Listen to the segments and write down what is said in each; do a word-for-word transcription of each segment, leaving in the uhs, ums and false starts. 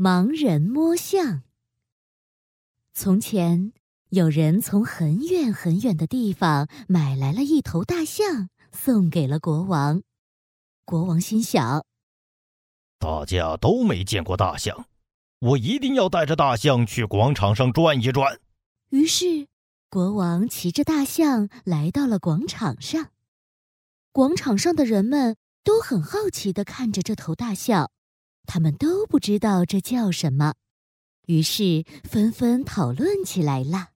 盲人摸象。从前，有人从很远很远的地方买来了一头大象，送给了国王。国王心想， 大家都没见过大象，我一定要带着大象去广场上转一转。 于是，国王骑着大象来到了广场上。广场上的人们都很好奇地看着这头大象，他们都不知道这叫什么，于是纷纷讨论起来了。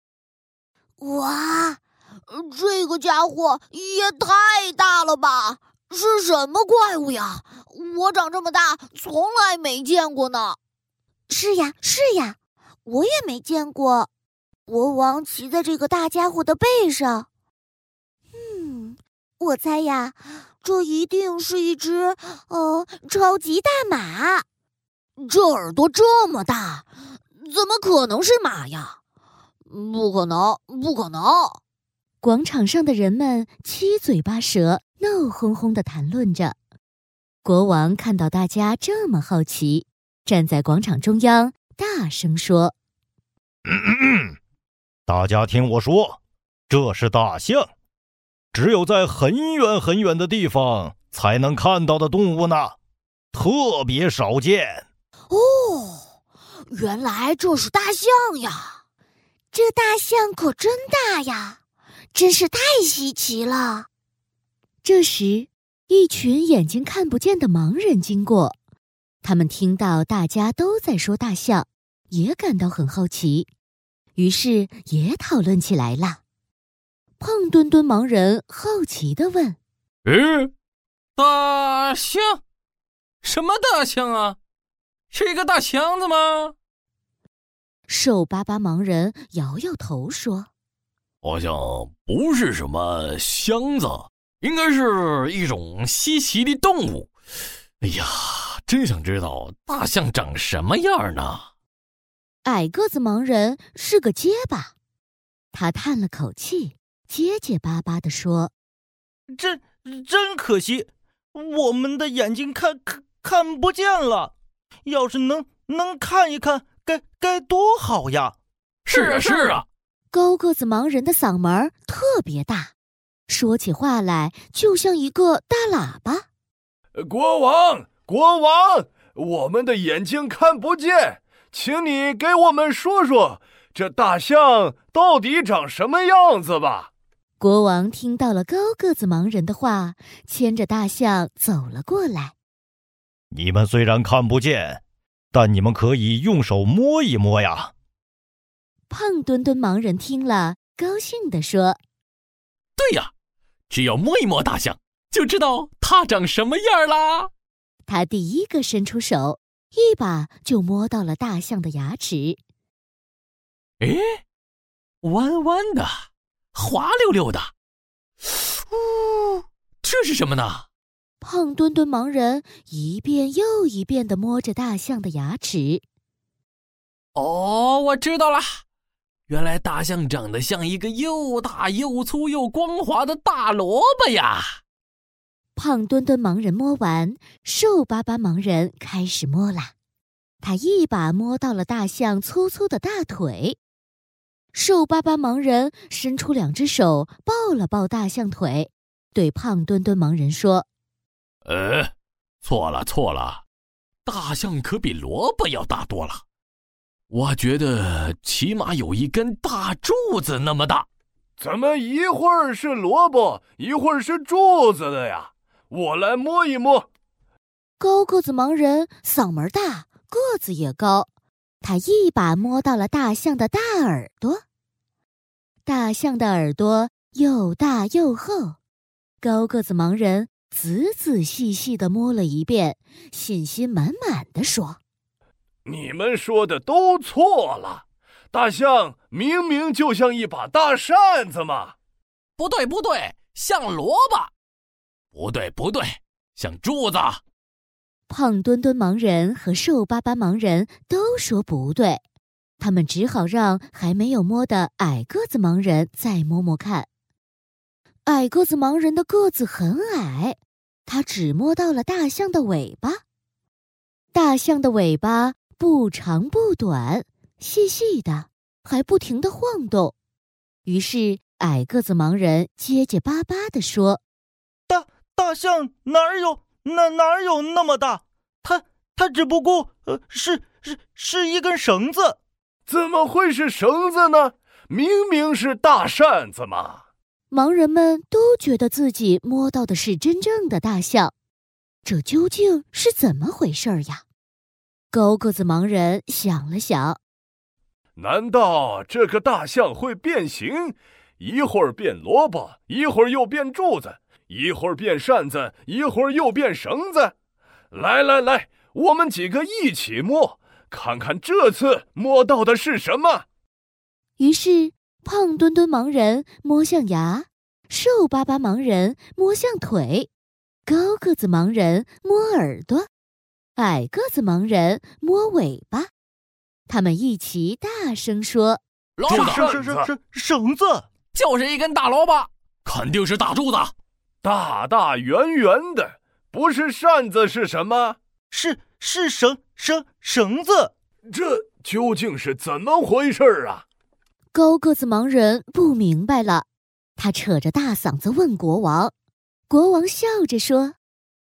哇，这个家伙也太大了吧！是什么怪物呀？我长这么大从来没见过呢。 是呀，是呀，我也没见过。国王骑在这个大家伙的背上。嗯，我猜呀，这一定是一只呃超级大马。 这耳朵这么大，怎么可能是马呀？不可能，不可能！ 广场上的人们七嘴八舌，闹哄哄地谈论着。国王看到大家这么好奇，站在广场中央，大声说：“ 嗯嗯嗯，大家听我说，这是大象，只有在很远很远的地方才能看到的动物呢，特别少见。” 哦，原来这是大象呀！ 这大象可真大呀，真是太稀奇了。 这时，一群眼睛看不见的盲人经过，他们听到大家都在说大象，也感到很好奇，于是也讨论起来了。胖墩墩盲人好奇地问：“ 嗯，大象？什么大象啊？是一个大箱子吗？” 瘦巴巴盲人摇摇头说：“ 好像不是什么箱子，应该是一种稀奇的动物。哎呀，真想知道大象长什么样呢？” 矮个子盲人是个结巴，他叹了口气，结结巴巴地说：“ 真真可惜，我们的眼睛看看看不见了。要是能能看一看，该该多好呀！” 是啊，是啊。 高个子盲人的嗓门特别大，说起话来就像一个大喇叭。 国王，国王，我们的眼睛看不见，请你给我们说说，这大象到底长什么样子吧。 国王听到了高个子盲人的话，牵着大象走了过来。 你们虽然看不见，但你们可以用手摸一摸呀。 胖墩墩盲人听了，高兴地说：“ 对呀，只要摸一摸大象，就知道它长什么样啦。” 他第一个伸出手，一把就摸到了大象的牙齿。 诶，弯弯的，滑溜溜的。呜，这是什么呢？ 胖墩墩盲人一遍又一遍地摸着大象的牙齿。 哦，我知道了，原来大象长得像一个又大又粗又光滑的大萝卜呀。 胖墩墩盲人摸完，瘦巴巴盲人开始摸了。他一把摸到了大象粗粗的大腿。瘦巴巴盲人伸出两只手抱了抱大象腿，对胖墩墩盲人说：“ 呃，错了错了，大象可比萝卜要大多了。我觉得起码有一根大柱子那么大。” 怎么一会儿是萝卜，一会儿是柱子的呀？我来摸一摸。 高个子盲人嗓门大，个子也高，他一把摸到了大象的大耳朵。大象的耳朵又大又厚，高个子盲人仔仔细细地摸了一遍，信心满满地说：“ 你们说的都错了，大象明明就像一把大扇子嘛。” 不对不对，像萝卜。不对不对，像柱子。 胖墩墩盲人和瘦巴巴盲人都说不对，他们只好让还没有摸的矮个子盲人再摸摸看。矮个子盲人的个子很矮，他只摸到了大象的尾巴。大象的尾巴不长不短，细细的，还不停地晃动。于是矮个子盲人结结巴巴地说： 大大象哪儿有哪哪儿有那么大？它它只不过呃是是是一根绳子。 怎么会是绳子呢？明明是大扇子嘛！ 盲人们都觉得自己摸到的是真正的大象，这究竟是怎么回事呀？高个子盲人想了想， 难道这个大象会变形？一会儿变萝卜，一会儿又变柱子，一会儿变扇子，一会儿又变绳子。来来来，我们几个一起摸，看看这次摸到的是什么。 于是胖墩墩盲人摸向牙，瘦巴巴盲人摸向腿，高个子盲人摸耳朵，矮个子盲人摸尾巴。他们一起大声说： 老绳板， 绳绳绳绳子， 就是一根大萝卜，肯定是大柱子。 大大圆圆的，不是扇子是什么？ 是是绳绳绳子。 这究竟是怎么回事啊？ 高个子盲人不明白了，他扯着大嗓子问国王。国王笑着说：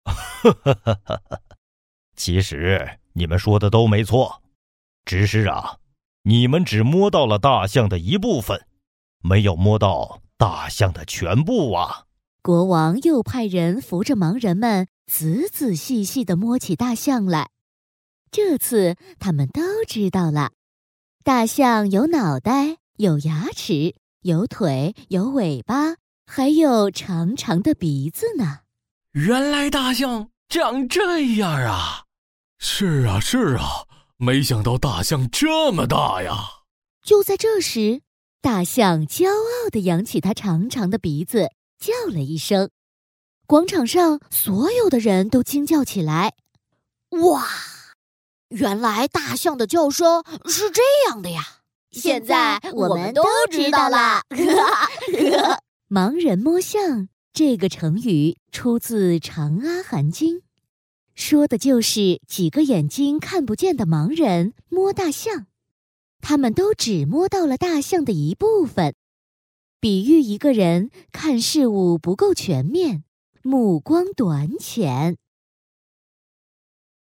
其实你们说的都没错，只是啊，你们只摸到了大象的一部分，没有摸到大象的全部啊。 国王又派人扶着盲人们仔仔细细地摸起大象来。这次他们都知道了，大象有脑袋，有牙齿，有腿，有尾巴，还有长长的鼻子呢。 原来大象长这样啊！是啊是啊，没想到大象这么大呀！ 就在这时，大象骄傲地扬起它长长的鼻子，叫了一声。广场上所有的人都惊叫起来： 哇！原来大象的叫声是这样的呀！ 现在我们都知道了。 盲人摸象这个成语出自《长阿含经》，说的就是几个眼睛看不见的盲人摸大象，他们都只摸到了大象的一部分，比喻一个人看事物不够全面，目光短浅。